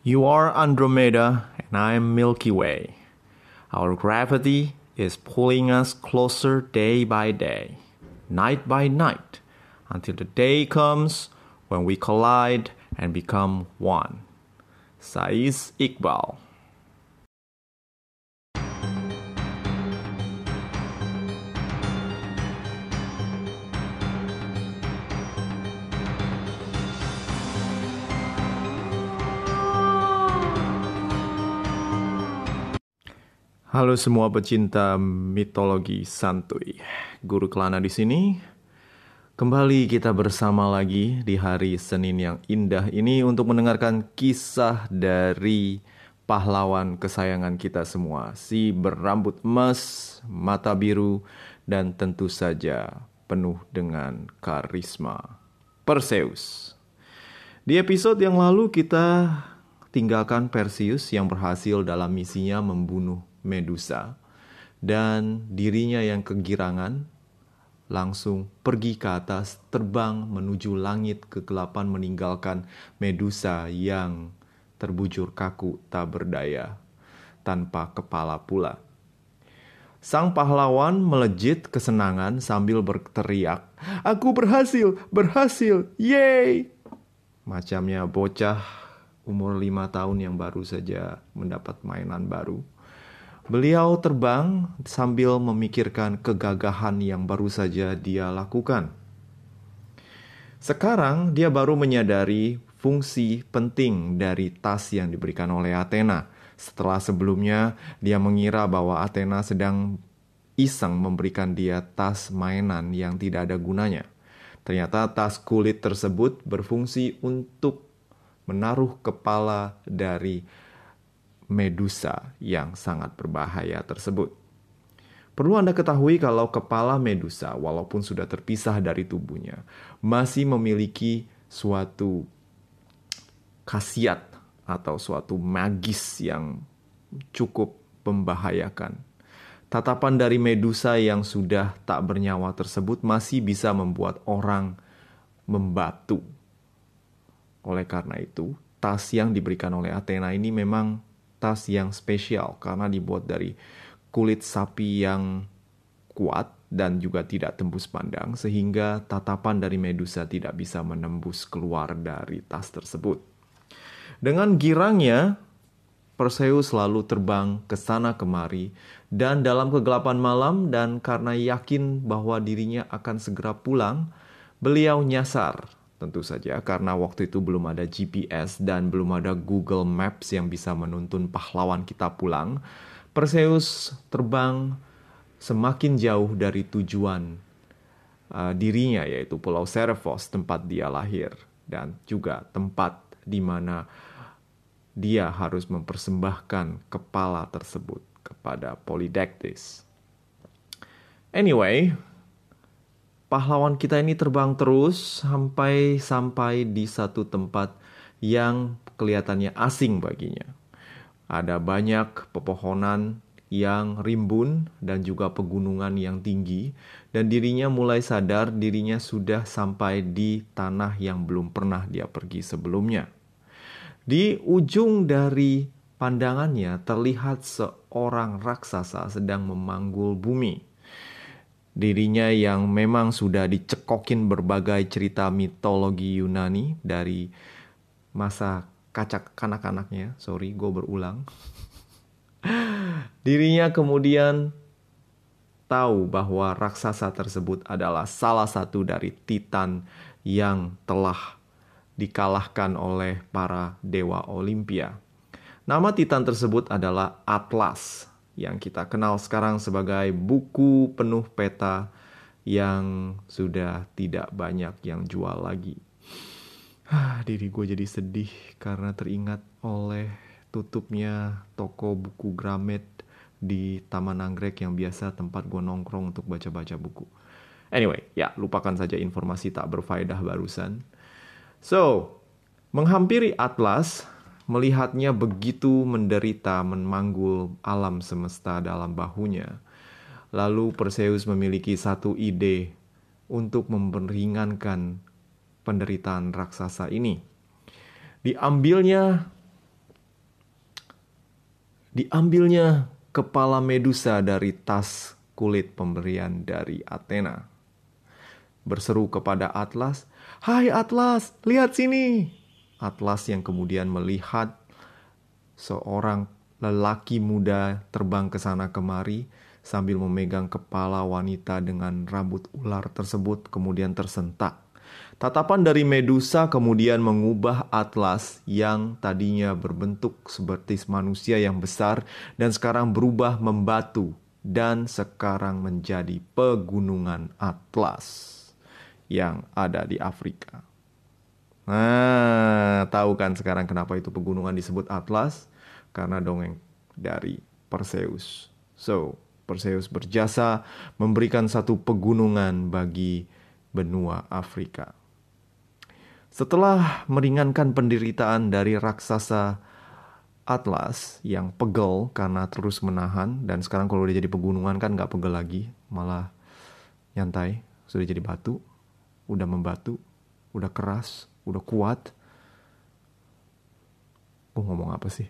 You are Andromeda and I am Milky Way. Our gravity is pulling us closer day by day, night by night, until the day comes when we collide and become one. Saiz Iqbal. Halo semua pecinta mitologi santuy. Guru Kelana di sini. Kembali kita bersama lagi di hari Senin yang indah ini untuk mendengarkan kisah dari pahlawan kesayangan kita semua, si berambut emas, mata biru, dan tentu saja penuh dengan karisma, Perseus. Di episode yang lalu kita tinggalkan Perseus yang berhasil dalam misinya membunuh Medusa, dan dirinya yang kegirangan langsung pergi ke atas, terbang menuju langit kegelapan, meninggalkan Medusa yang terbujur kaku tak berdaya, tanpa kepala pula. Sang pahlawan melejit kesenangan sambil berteriak, "Aku berhasil, berhasil, yeay!" Macamnya bocah umur 5 tahun yang baru saja mendapat mainan baru. Beliau terbang sambil memikirkan kegagahan yang baru saja dia lakukan. Sekarang dia baru menyadari fungsi penting dari tas yang diberikan oleh Athena. Setelah sebelumnya dia mengira bahwa Athena sedang iseng memberikan dia tas mainan yang tidak ada gunanya. Ternyata tas kulit tersebut berfungsi untuk menaruh kepala dari Medusa yang sangat berbahaya tersebut. Perlu Anda ketahui kalau kepala Medusa, walaupun sudah terpisah dari tubuhnya, masih memiliki suatu khasiat atau suatu magis yang cukup membahayakan. Tatapan dari Medusa yang sudah tak bernyawa tersebut masih bisa membuat orang membatu. Oleh karena itu, tas yang diberikan oleh Athena ini memang tas yang spesial karena dibuat dari kulit sapi yang kuat dan juga tidak tembus pandang, sehingga tatapan dari Medusa tidak bisa menembus keluar dari tas tersebut. Dengan girangnya, Perseus selalu terbang ke sana kemari dan dalam kegelapan malam, dan karena yakin bahwa dirinya akan segera pulang, beliau nyasar. Tentu saja karena waktu itu belum ada GPS dan belum ada Google Maps yang bisa menuntun pahlawan kita pulang. Perseus terbang semakin jauh dari tujuan dirinya, yaitu Pulau Seriphos, tempat dia lahir, dan juga tempat di mana dia harus mempersembahkan kepala tersebut kepada Polydectes. Anyway, pahlawan kita ini terbang terus sampai di satu tempat yang kelihatannya asing baginya. Ada banyak pepohonan yang rimbun dan juga pegunungan yang tinggi, dan dirinya mulai sadar dirinya sudah sampai di tanah yang belum pernah dia pergi sebelumnya. Di ujung dari pandangannya terlihat seorang raksasa sedang memanggul bumi. Dirinya yang memang sudah dicekokin berbagai cerita mitologi Yunani dari masa kanak-kanaknya. Sorry, gue berulang. Dirinya kemudian tahu bahwa raksasa tersebut adalah salah satu dari Titan yang telah dikalahkan oleh para dewa Olimpia. Nama Titan tersebut adalah Atlas, yang kita kenal sekarang sebagai buku penuh peta yang sudah tidak banyak yang jual lagi. Diri gue jadi sedih karena teringat oleh tutupnya toko buku Gramet di Taman Anggrek yang biasa tempat gue nongkrong untuk baca-baca buku. Anyway, ya lupakan saja informasi tak berfaedah barusan. So, menghampiri Atlas, melihatnya begitu menderita memanggul alam semesta dalam bahunya. Lalu Perseus memiliki satu ide untuk memperingankan penderitaan raksasa ini. Diambilnya Diambilnya kepala Medusa dari tas kulit pemberian dari Athena. Berseru kepada Atlas, "Hai Atlas, lihat sini!" Atlas yang kemudian melihat seorang lelaki muda terbang ke sana kemari sambil memegang kepala wanita dengan rambut ular tersebut, kemudian tersentak. Tatapan dari Medusa kemudian mengubah Atlas yang tadinya berbentuk seperti manusia yang besar dan sekarang berubah membatu dan sekarang menjadi pegunungan Atlas yang ada di Afrika. Nah, tahu kan sekarang kenapa itu pegunungan disebut Atlas? Karena dongeng dari Perseus. So, Perseus berjasa memberikan satu pegunungan bagi benua Afrika. Setelah meringankan penderitaan dari raksasa Atlas yang pegel karena terus menahan, dan sekarang kalau dia jadi pegunungan kan gak pegel lagi, malah nyantai, sudah jadi batu, udah membatu, udah keras, udah kuat. Gue ngomong apa sih?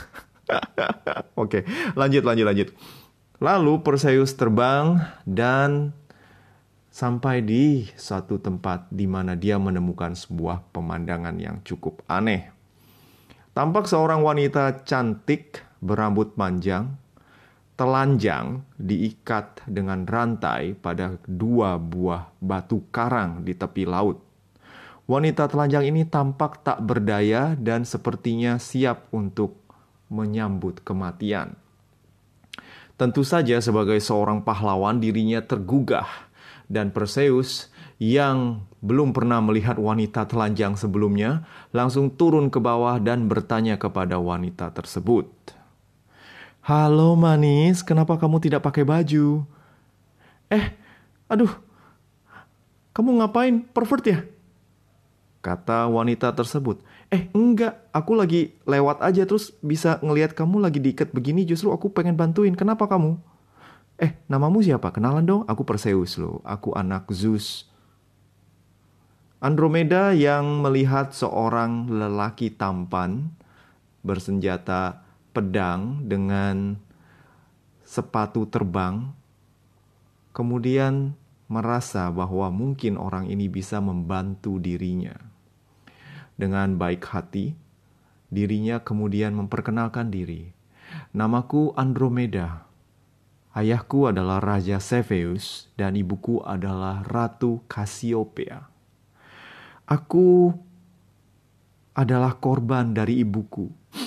Oke, lanjut. Lalu Perseus terbang dan sampai di satu tempat di mana dia menemukan sebuah pemandangan yang cukup aneh. Tampak seorang wanita cantik berambut panjang, telanjang, diikat dengan rantai pada 2 buah batu karang di tepi laut. Wanita telanjang ini tampak tak berdaya dan sepertinya siap untuk menyambut kematian. Tentu saja sebagai seorang pahlawan dirinya tergugah. Dan Perseus yang belum pernah melihat wanita telanjang sebelumnya langsung turun ke bawah dan bertanya kepada wanita tersebut. "Halo manis, kenapa kamu tidak pakai baju?" Aduh, kamu ngapain? Pervert ya?" kata wanita tersebut. Enggak, aku lagi lewat aja terus bisa ngelihat kamu lagi diikat begini, justru aku pengen bantuin. Kenapa kamu? Namamu siapa? Kenalan dong, aku Perseus loh, aku anak Zeus. Andromeda yang melihat seorang lelaki tampan bersenjata pedang dengan sepatu terbang, kemudian merasa bahwa mungkin orang ini bisa membantu dirinya. Dengan baik hati, dirinya kemudian memperkenalkan diri. "Namaku Andromeda. Ayahku adalah Raja Cepheus dan ibuku adalah Ratu Cassiopeia. Aku adalah korban dari ibuku."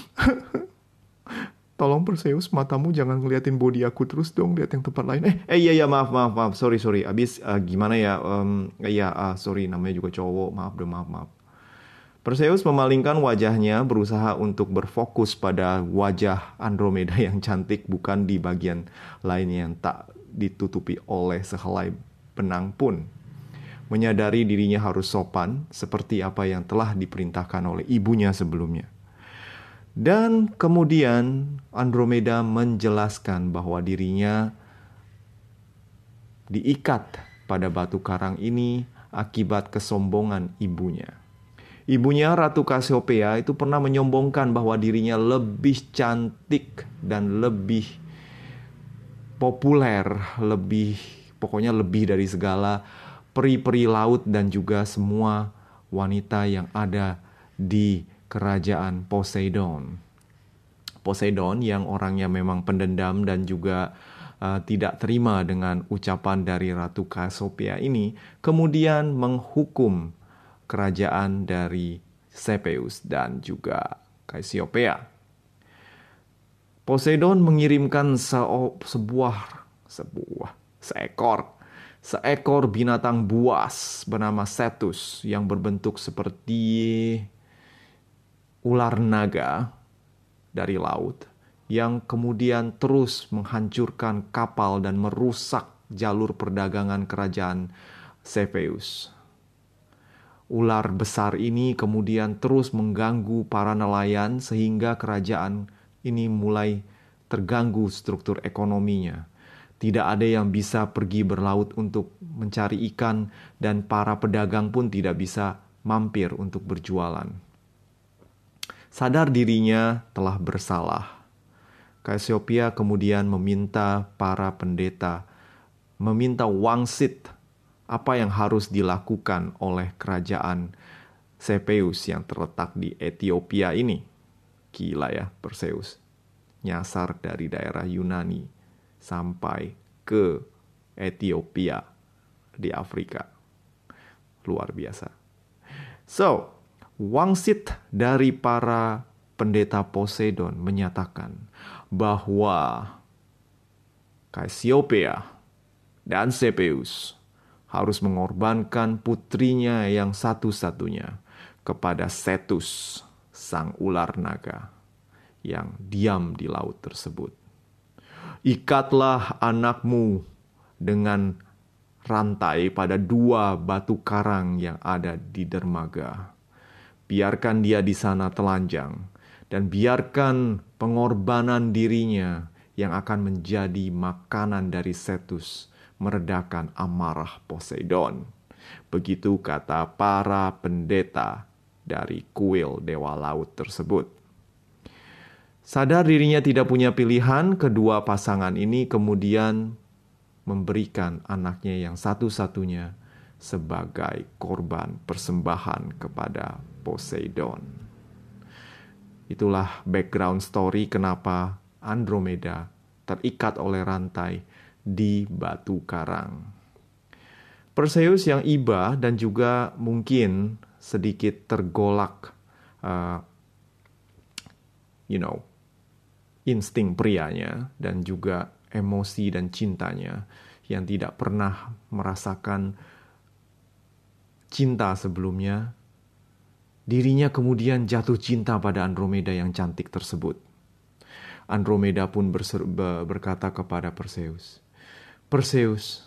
"Tolong Perseus, matamu jangan ngeliatin body aku terus dong, lihat yang tempat lain." Iya, maaf, sorry. Abis gimana ya, sorry, namanya juga cowok, maaf. Perseus memalingkan wajahnya berusaha untuk berfokus pada wajah Andromeda yang cantik, bukan di bagian lainnya yang tak ditutupi oleh sehelai benang pun. Menyadari dirinya harus sopan seperti apa yang telah diperintahkan oleh ibunya sebelumnya. Dan kemudian Andromeda menjelaskan bahwa dirinya diikat pada batu karang ini akibat kesombongan ibunya. Ibunya, Ratu Cassiopeia, itu pernah menyombongkan bahwa dirinya lebih cantik dan lebih populer, pokoknya lebih dari segala peri-peri laut dan juga semua wanita yang ada di kerajaan Poseidon. Poseidon yang orangnya memang pendendam dan juga tidak terima dengan ucapan dari Ratu Cassiopeia ini, kemudian menghukum kerajaan dari Cepheus dan juga Cassiopeia. Poseidon mengirimkan seekor binatang buas bernama Cetus yang berbentuk seperti ular naga dari laut yang kemudian terus menghancurkan kapal dan merusak jalur perdagangan kerajaan Cepheus. Ular besar ini kemudian terus mengganggu para nelayan sehingga kerajaan ini mulai terganggu struktur ekonominya. Tidak ada yang bisa pergi berlaut untuk mencari ikan dan para pedagang pun tidak bisa mampir untuk berjualan. Sadar dirinya telah bersalah Cassiopeia kemudian meminta para pendeta, meminta wangsit apa yang harus dilakukan oleh kerajaan Sepeus yang terletak di Ethiopia ini. Gila ya, Perseus. Nyasar dari daerah Yunani sampai ke Ethiopia di Afrika. Luar biasa. So, wangsit dari para pendeta Poseidon menyatakan bahwa Cassiopeia dan Sepeus harus mengorbankan putrinya yang satu-satunya kepada Cetus, sang ular naga yang diam di laut tersebut. Ikatlah anakmu dengan rantai pada 2 batu karang yang ada di dermaga. Biarkan dia di sana telanjang, dan biarkan pengorbanan dirinya yang akan menjadi makanan dari Cetus meredakan amarah Poseidon. Begitu kata para pendeta dari kuil dewa laut tersebut. Sadar dirinya tidak punya pilihan, kedua pasangan ini kemudian memberikan anaknya yang satu-satunya sebagai korban persembahan kepada Poseidon. Itulah background story kenapa Andromeda terikat oleh rantai di batu karang. Perseus yang iba dan juga mungkin sedikit tergolak, insting prianya dan juga emosi dan cintanya yang tidak pernah merasakan cinta sebelumnya, dirinya kemudian jatuh cinta pada Andromeda yang cantik tersebut. Andromeda pun berkata kepada Perseus, "Perseus,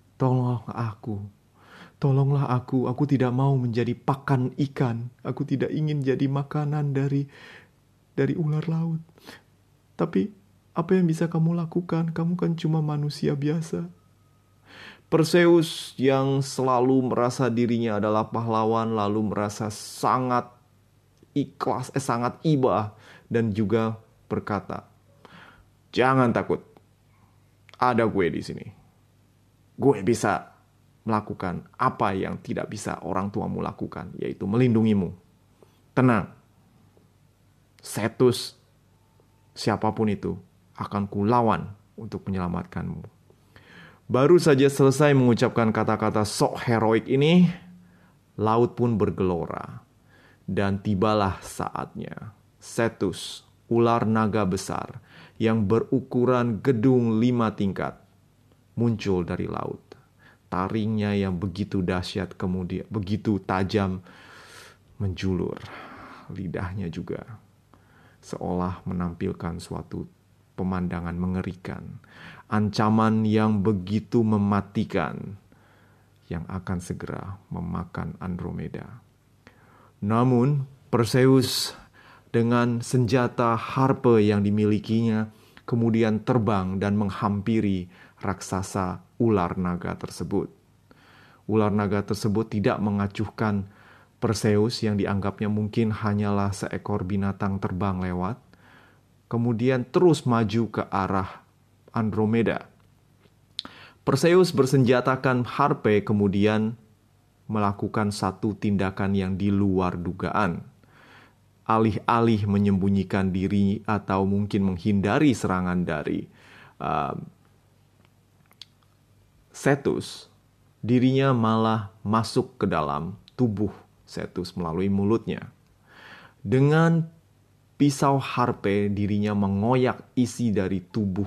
tolonglah aku tidak mau menjadi pakan ikan, aku tidak ingin jadi makanan dari ular laut. Tapi apa yang bisa kamu lakukan? Kamu kan cuma manusia biasa." Perseus yang selalu merasa dirinya adalah pahlawan, lalu merasa sangat ikhlas, sangat iba, dan juga berkata, "Jangan takut, ada gue di sini. Gue bisa melakukan apa yang tidak bisa orang tuamu lakukan, yaitu melindungimu. Tenang, Cetus, siapapun itu, akan kulawan untuk menyelamatkanmu." Baru saja selesai mengucapkan kata-kata sok heroik ini, laut pun bergelora. Dan tibalah saatnya Cetus, ular naga besar yang berukuran gedung 5 tingkat, muncul dari laut. Taringnya yang begitu dahsyat kemudian begitu tajam menjulur. Lidahnya juga seolah menampilkan suatu pemandangan mengerikan, ancaman yang begitu mematikan yang akan segera memakan Andromeda. Namun Perseus dengan senjata harpe yang dimilikinya kemudian terbang dan menghampiri raksasa ular naga tersebut. Ular naga tersebut tidak mengacuhkan Perseus yang dianggapnya mungkin hanyalah seekor binatang terbang lewat, kemudian terus maju ke arah Andromeda. Perseus bersenjatakan harpe kemudian melakukan satu tindakan yang di luar dugaan. Alih-alih menyembunyikan diri atau mungkin menghindari serangan dari Cetus, dirinya malah masuk ke dalam tubuh Cetus melalui mulutnya. Dengan pisau harpe, dirinya mengoyak isi dari tubuh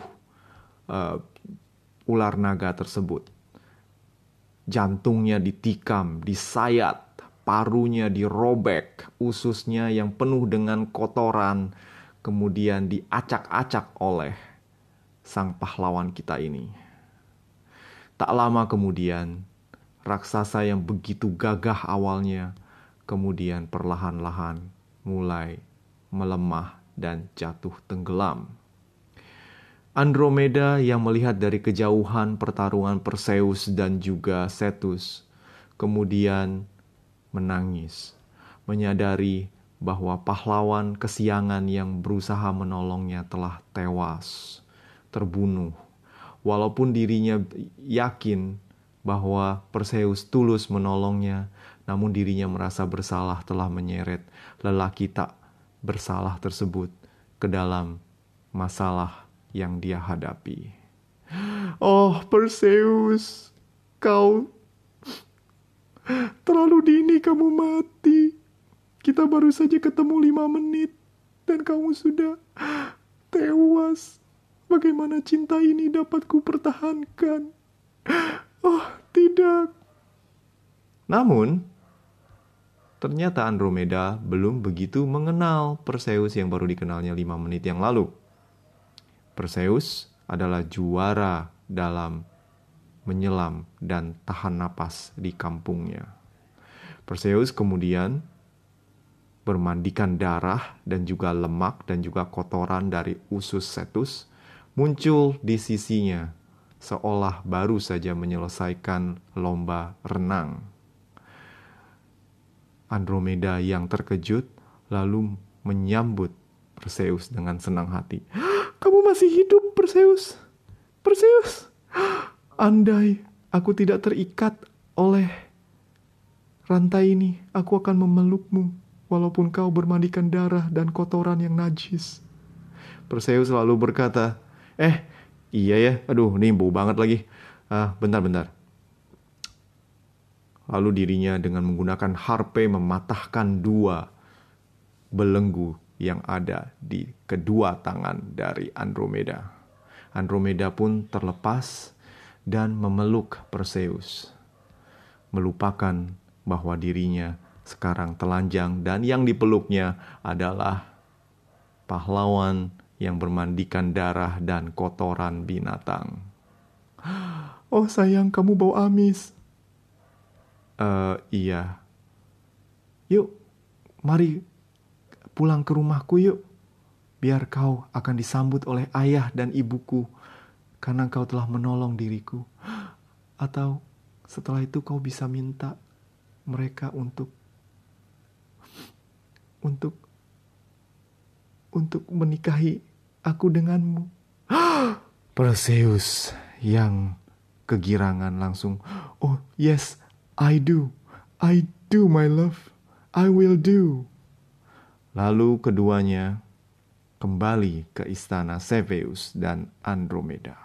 ular naga tersebut. Jantungnya ditikam, disayat, parunya dirobek, ususnya yang penuh dengan kotoran kemudian diacak-acak oleh sang pahlawan kita ini. Tak lama kemudian, raksasa yang begitu gagah awalnya kemudian perlahan-lahan mulai melemah dan jatuh tenggelam. Andromeda yang melihat dari kejauhan pertarungan Perseus dan juga Cetus kemudian menangis, menyadari bahwa pahlawan kesiangan yang berusaha menolongnya telah tewas, terbunuh. Walaupun dirinya yakin bahwa Perseus tulus menolongnya, namun dirinya merasa bersalah telah menyeret lelaki tak bersalah tersebut ke dalam masalah yang dia hadapi. Oh, Perseus, kau terlalu dini kamu mati. Kita baru saja ketemu 5 menit dan kamu sudah tewas. Bagaimana cinta ini dapat kupertahankan? Oh, tidak. Namun, ternyata Andromeda belum begitu mengenal Perseus yang baru dikenalnya 5 menit yang lalu. Perseus adalah juara dalam menyelam dan tahan napas di kampungnya. Perseus kemudian bermandikan darah dan juga lemak dan juga kotoran dari usus Cetus muncul di sisinya, seolah baru saja menyelesaikan lomba renang. Andromeda yang terkejut lalu menyambut Perseus dengan senang hati. Kamu masih hidup, Perseus? Perseus, andai aku tidak terikat oleh rantai ini, aku akan memelukmu, walaupun kau bermandikan darah dan kotoran yang najis. Perseus lalu berkata, iya ya, aduh ini bau banget lagi. Bentar. Lalu dirinya dengan menggunakan harpe mematahkan 2 belenggu yang ada di kedua tangan dari Andromeda. Andromeda pun terlepas dan memeluk Perseus, melupakan bahwa dirinya sekarang telanjang dan yang dipeluknya adalah pahlawan yang bermandikan darah dan kotoran binatang. Oh sayang, kamu bau amis. Iya. Yuk, mari pulang ke rumahku yuk. Biar kau akan disambut oleh ayah dan ibuku karena kau telah menolong diriku. Atau setelah itu kau bisa minta mereka untuk menikahi aku denganmu. Perseus yang kegirangan langsung, oh yes, I do my love, I will do. Lalu keduanya kembali ke istana Cepheus dan Andromeda.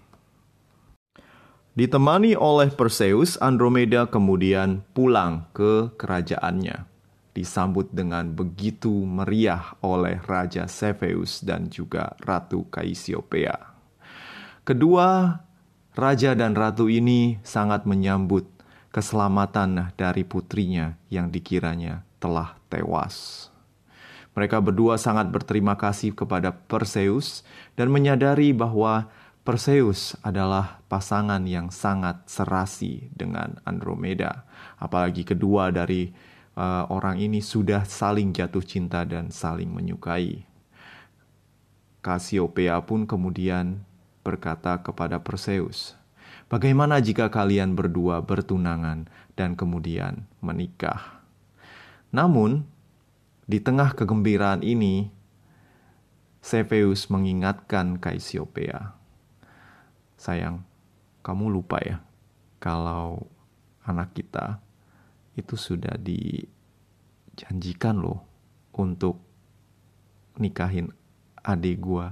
Ditemani oleh Perseus, Andromeda kemudian pulang ke kerajaannya. Disambut dengan begitu meriah oleh Raja Cepheus dan juga Ratu Cassiopea. Kedua raja dan ratu ini sangat menyambut keselamatan dari putrinya yang dikiranya telah tewas. Mereka berdua sangat berterima kasih kepada Perseus dan menyadari bahwa Perseus adalah pasangan yang sangat serasi dengan Andromeda. Apalagi kedua dari orang ini sudah saling jatuh cinta dan saling menyukai. Cassiopea pun kemudian berkata kepada Perseus, bagaimana jika kalian berdua bertunangan dan kemudian menikah? Namun, di tengah kegembiraan ini, Cepheus mengingatkan Cassiopea, sayang, kamu lupa ya, kalau anak kita itu sudah dijanjikan loh untuk nikahin adik gua.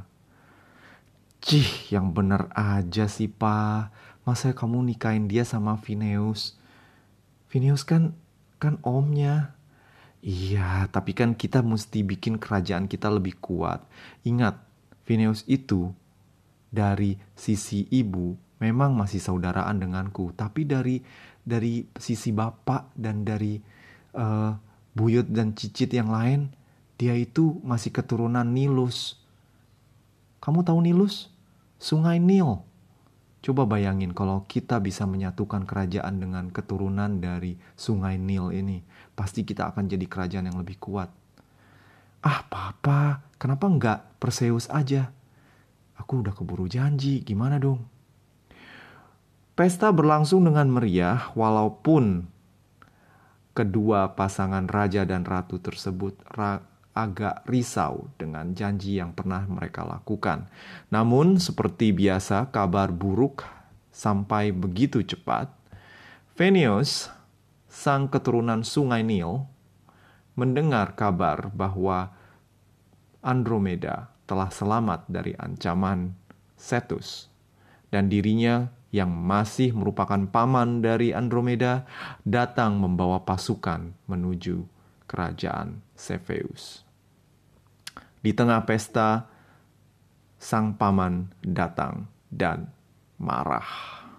Yang bener aja sih, Pa. Masa kamu nikahin dia sama Phineus? Phineus kan omnya. Iya, tapi kan kita mesti bikin kerajaan kita lebih kuat. Ingat, Phineus itu dari sisi ibu memang masih saudaraan denganku, tapi dari sisi bapak dan dari buyut dan cicit yang lain, dia itu masih keturunan Nilus. Kamu tahu Nilus? Sungai Nil. Coba bayangin kalau kita bisa menyatukan kerajaan dengan keturunan dari Sungai Nil ini. Pasti kita akan jadi kerajaan yang lebih kuat. Papa, kenapa enggak Perseus aja? Aku udah keburu janji, gimana dong? Pesta berlangsung dengan meriah walaupun kedua pasangan raja dan ratu tersebut agak risau dengan janji yang pernah mereka lakukan. Namun seperti biasa kabar buruk sampai begitu cepat. Phineus, sang keturunan sungai Nil, mendengar kabar bahwa Andromeda telah selamat dari ancaman Cetus, dan dirinya yang masih merupakan paman dari Andromeda datang membawa pasukan menuju kerajaan Cepheus. Di tengah pesta, sang paman datang dan marah.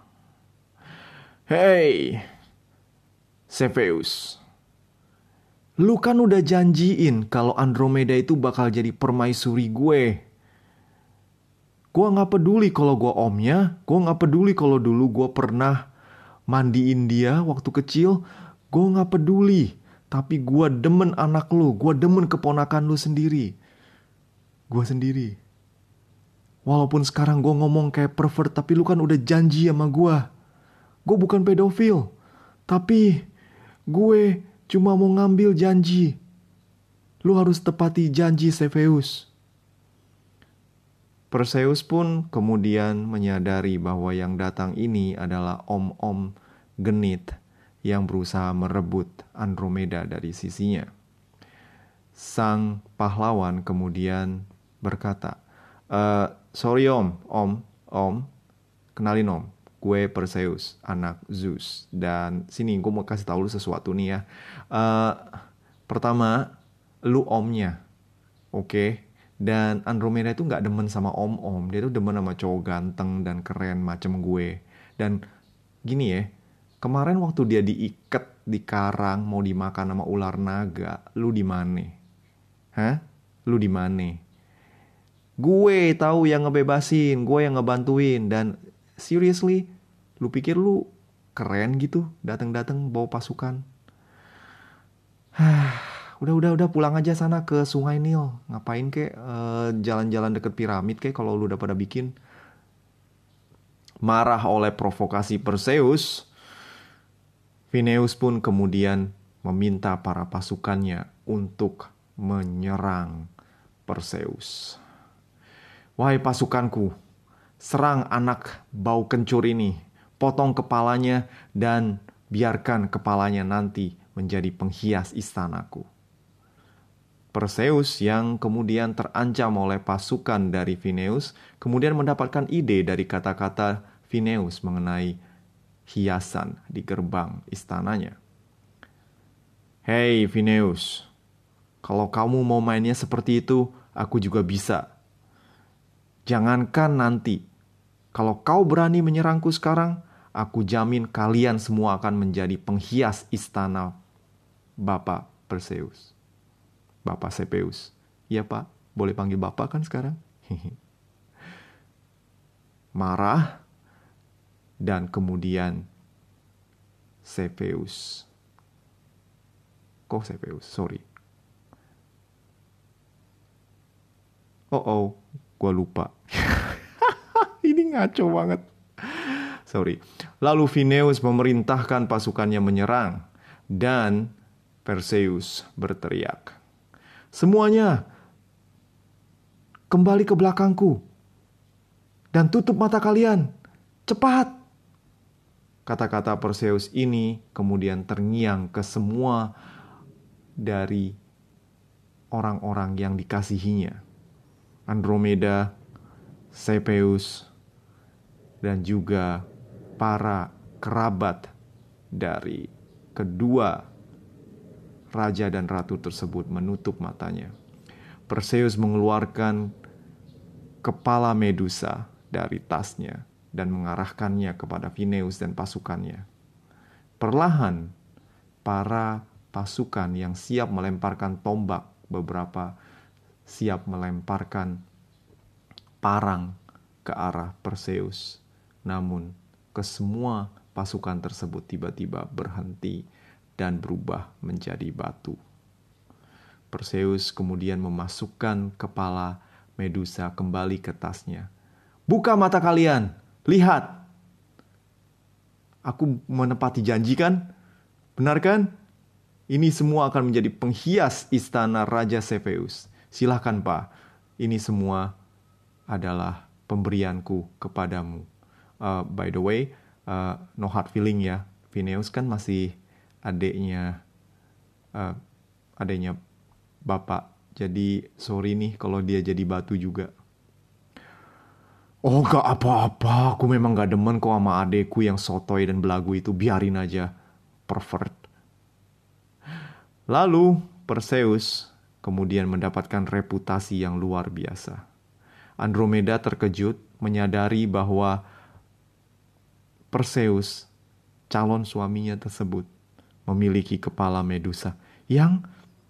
"Hei, Cepheus, lu kan udah janjiin kalau Andromeda itu bakal jadi permaisuri gue. Gue gak peduli kalau gue omnya. Gue gak peduli kalau dulu gue pernah mandiin dia waktu kecil. Gue gak peduli. Tapi gue demen anak lu. Gue demen keponakan lu sendiri. Gue sendiri. Walaupun sekarang gue ngomong kayak pervert, tapi lu kan udah janji sama gue. Gue bukan pedofil. Tapi gue cuma mau ngambil janji. Lu harus tepati janji, Cepheus." Perseus pun kemudian menyadari bahwa yang datang ini adalah om-om genit yang berusaha merebut Andromeda dari sisinya. Sang pahlawan kemudian berkata, "Sorry om, kenalin om, gue Perseus, anak Zeus. Dan sini gue mau kasih tahu lu sesuatu nih ya. Pertama, lu omnya, oke? Dan Andromeda itu gak demen sama om-om. Dia tuh demen sama cowok ganteng dan keren macam gue. Dan gini ya, kemarin waktu dia diikat di karang mau dimakan sama ular naga, lu di mana? Hah? Lu di mana? Gue tahu yang ngebebasin, gue yang ngebantuin. Dan seriously, lu pikir lu keren gitu datang-datang bawa pasukan? Udah pulang aja sana ke sungai Nil. Ngapain kek jalan-jalan deket piramid kek kalau lu udah pada bikin. Marah oleh provokasi Perseus, Phineus pun kemudian meminta para pasukannya untuk menyerang Perseus. "Wahai pasukanku, serang anak bau kencur ini, potong kepalanya dan biarkan kepalanya nanti menjadi penghias istanaku." Perseus yang kemudian terancam oleh pasukan dari Phineus kemudian mendapatkan ide dari kata-kata Phineus mengenai hiasan di gerbang istananya. "Hei Phineus, kalau kamu mau mainnya seperti itu, aku juga bisa. Jangankan nanti, kalau kau berani menyerangku sekarang, aku jamin kalian semua akan menjadi penghias istana Bapak Perseus. Bapak Cepheus." "Iya pak, boleh panggil bapak kan sekarang?" Marah, dan kemudian Cepheus. Kok Cepheus? Sorry. Gue lupa. Ini ngaco banget. Sorry. Lalu Phineus memerintahkan pasukannya menyerang, dan Perseus berteriak, "Semuanya, kembali ke belakangku dan tutup mata kalian. Cepat!" Kata-kata Perseus ini kemudian terngiang ke semua dari orang-orang yang dikasihinya. Andromeda, Cepheus, dan juga para kerabat dari kedua raja dan ratu tersebut menutup matanya. Perseus mengeluarkan kepala Medusa dari tasnya dan mengarahkannya kepada Phineus dan pasukannya. Perlahan, para pasukan yang siap melemparkan tombak, beberapa siap melemparkan parang ke arah Perseus. Namun, kesemua pasukan tersebut tiba-tiba berhenti dan berubah menjadi batu. Perseus kemudian memasukkan kepala Medusa kembali ke tasnya. "Buka mata kalian, lihat. Aku menepati janji kan? Benar kan? Ini semua akan menjadi penghias istana Raja Cepheus. Silahkan Pak, ini semua adalah pemberianku kepadamu. By the way, no hard feeling ya. Phineus kan masih adiknya bapak. Jadi sorry nih kalau dia jadi batu juga. Oh gak apa-apa, aku memang gak demen kok sama adekku yang sotoy dan belagu itu. Biarin aja, pervert. Lalu Perseus kemudian mendapatkan reputasi yang luar biasa. Andromeda terkejut menyadari bahwa Perseus, calon suaminya tersebut, memiliki kepala Medusa. Yang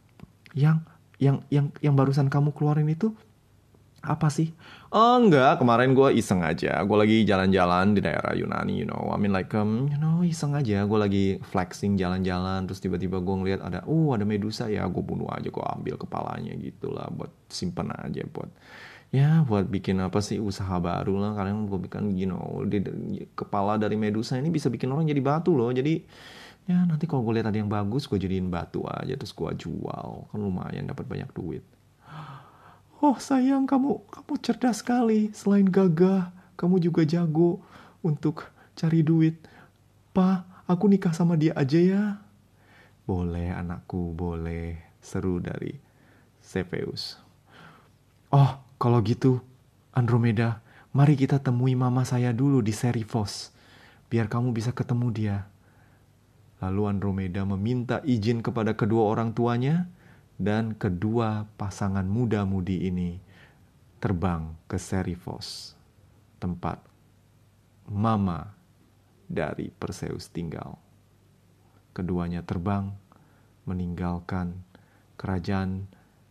barusan kamu keluarin itu apa sih? Oh enggak, kemarin gue iseng aja. Gue lagi jalan-jalan di daerah Yunani, iseng aja. Gue lagi flexing jalan-jalan, terus tiba-tiba gue ngeliat ada Medusa ya. Gue bunuh aja, gue ambil kepalanya gitu lah, buat simpen aja, buat bikin apa sih, usaha baru lah. Kalian gue bikin, kepala dari Medusa ini bisa bikin orang jadi batu loh. Jadi ya nanti kalau gue lihat ada yang bagus, gue jadiin batu aja, terus gue jual, kan lumayan dapat banyak duit. Oh sayang, kamu cerdas sekali. Selain gagah, kamu juga jago untuk cari duit. Pa, aku nikah sama dia aja ya. Boleh anakku, boleh. Seru dari Cepheus. Oh, kalau gitu, Andromeda, mari kita temui mama saya dulu di Seriphos. Biar kamu bisa ketemu dia. Lalu Andromeda meminta izin kepada kedua orang tuanya, dan kedua pasangan muda-mudi ini terbang ke Seriphos, tempat mama dari Perseus tinggal. Keduanya terbang meninggalkan kerajaan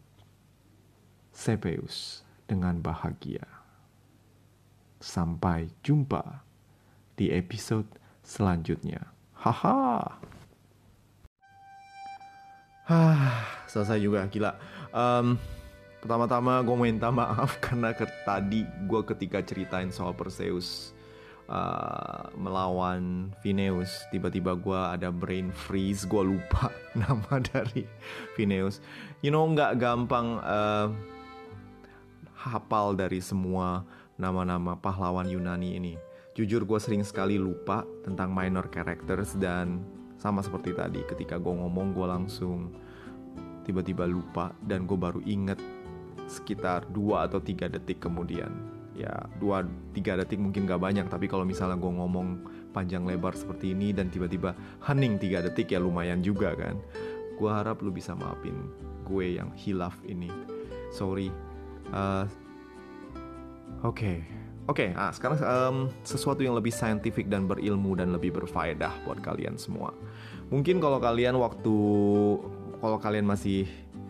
Cepheus dengan bahagia. Sampai jumpa di episode selanjutnya. Haha. Selesai juga, gila. Pertama-tama gue mau minta maaf karena tadi gue ketika ceritain soal Perseus melawan Phineus, tiba-tiba gue ada brain freeze, gue lupa nama dari Phineus. Gak gampang hafal dari semua nama-nama pahlawan Yunani ini. Jujur gue sering sekali lupa tentang minor characters, dan sama seperti tadi, ketika gue ngomong gue langsung tiba-tiba lupa, dan gue baru inget sekitar 2 atau 3 detik kemudian. Ya 2-3 detik mungkin gak banyak, tapi kalau misalnya gue ngomong panjang lebar seperti ini dan tiba-tiba hening 3 detik ya lumayan juga kan. Gue harap lu bisa maafin gue yang hilaf ini. Sorry. Oke. Sekarang sesuatu yang lebih saintifik dan berilmu dan lebih berfaedah buat kalian semua. Mungkin kalau kalian masih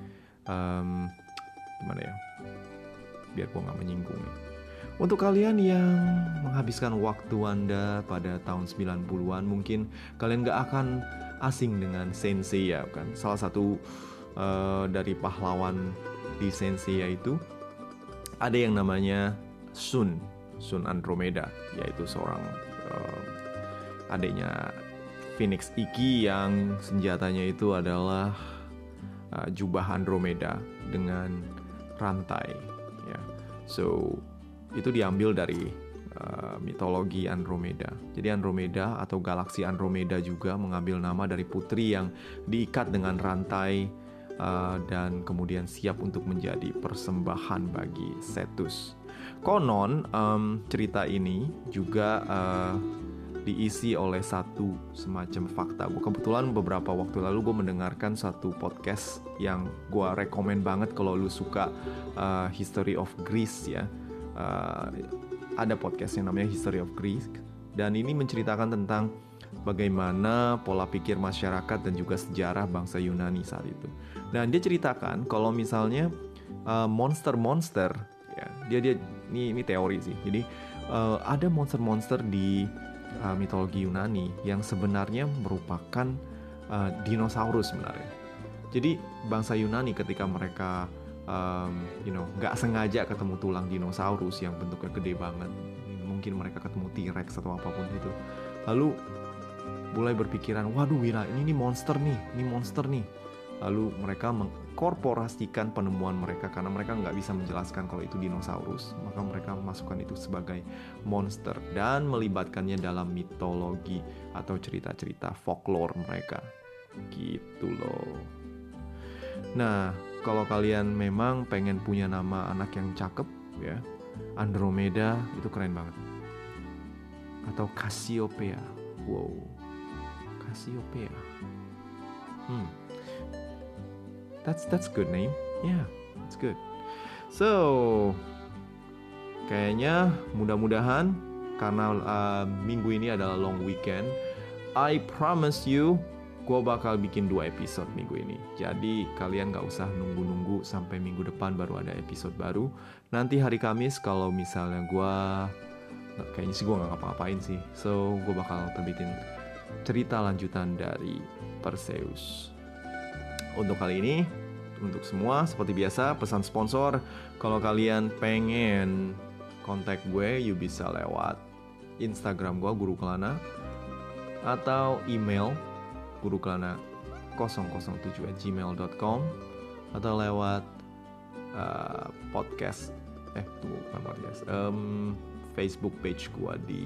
gimana ya? Biar gue gak menyinggung ya. Untuk kalian yang menghabiskan waktu Anda pada tahun 90-an, mungkin kalian gak akan asing dengan Saint Seiya kan. Salah satu dari pahlawan di Saint Seiya itu ada yang namanya Sun Andromeda, yaitu seorang adiknya Phoenix Iki yang senjatanya itu adalah jubah Andromeda dengan rantai ya. So itu diambil dari mitologi Andromeda. Jadi Andromeda atau galaksi Andromeda juga mengambil nama dari putri yang diikat dengan rantai dan kemudian siap untuk menjadi persembahan bagi Cetus. Konon cerita ini juga diisi oleh satu semacam fakta. Gue kebetulan beberapa waktu lalu gue mendengarkan satu podcast yang gue rekomen banget kalau lu suka History of Greece ya. Ada podcast yang namanya History of Greece, dan ini menceritakan tentang bagaimana pola pikir masyarakat dan juga sejarah bangsa Yunani saat itu. Dan dia ceritakan kalau misalnya monster-monster ya, ini teori sih. Jadi ada monster-monster di mitologi Yunani yang sebenarnya merupakan dinosaurus sebenarnya. Jadi bangsa Yunani ketika mereka nggak sengaja ketemu tulang dinosaurus yang bentuknya gede banget, mungkin mereka ketemu T-Rex atau apapun itu, lalu mulai berpikiran, waduh Wira, ini monster nih. Lalu mereka mengkorporasikan penemuan mereka karena mereka nggak bisa menjelaskan kalau itu dinosaurus, maka mereka masukkan itu sebagai monster dan melibatkannya dalam mitologi atau cerita-cerita folklore mereka. Gitu loh. Nah, kalau kalian memang pengen punya nama anak yang cakep ya, Andromeda itu keren banget. Atau Cassiopeia. Wow. Cassiopeia. That's good name. Yeah, that's good. So, kayaknya mudah-mudahan karena minggu ini adalah long weekend, I promise you gue bakal bikin 2 episode minggu ini. Jadi kalian gak usah nunggu-nunggu sampai minggu depan baru ada episode baru. Nanti hari Kamis kalau misalnya kayaknya sih gue gak ngapa-ngapain sih. So gue bakal terbitin cerita lanjutan dari Perseus. Untuk kali ini, untuk semua seperti biasa pesan sponsor. Kalau kalian pengen kontak gue, you bisa lewat Instagram gue Gurukelana atau email gurukelana007@gmail.com atau lewat Facebook page gue di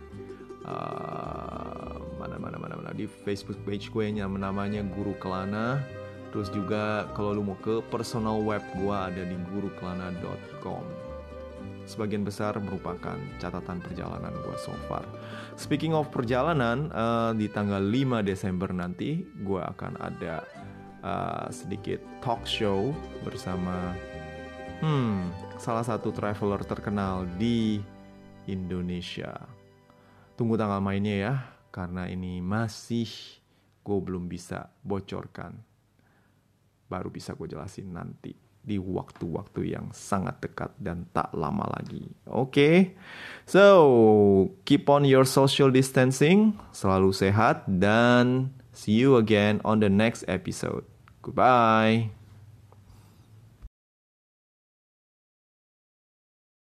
di Facebook page gue yang namanya Guru Kelana. Terus juga kalau lu mau ke personal web gue ada di gurukelana.com. Sebagian besar merupakan catatan perjalanan gue so far. Speaking of perjalanan, di tanggal 5 Desember nanti gue akan ada sedikit talk show bersama salah satu traveler terkenal di Indonesia. Tunggu tanggal mainnya ya, karena ini masih gue belum bisa bocorkan. Baru bisa gue jelasin nanti di waktu-waktu yang sangat dekat dan tak lama lagi. Okay? So, keep on your social distancing, selalu sehat, dan see you again on the next episode. Goodbye.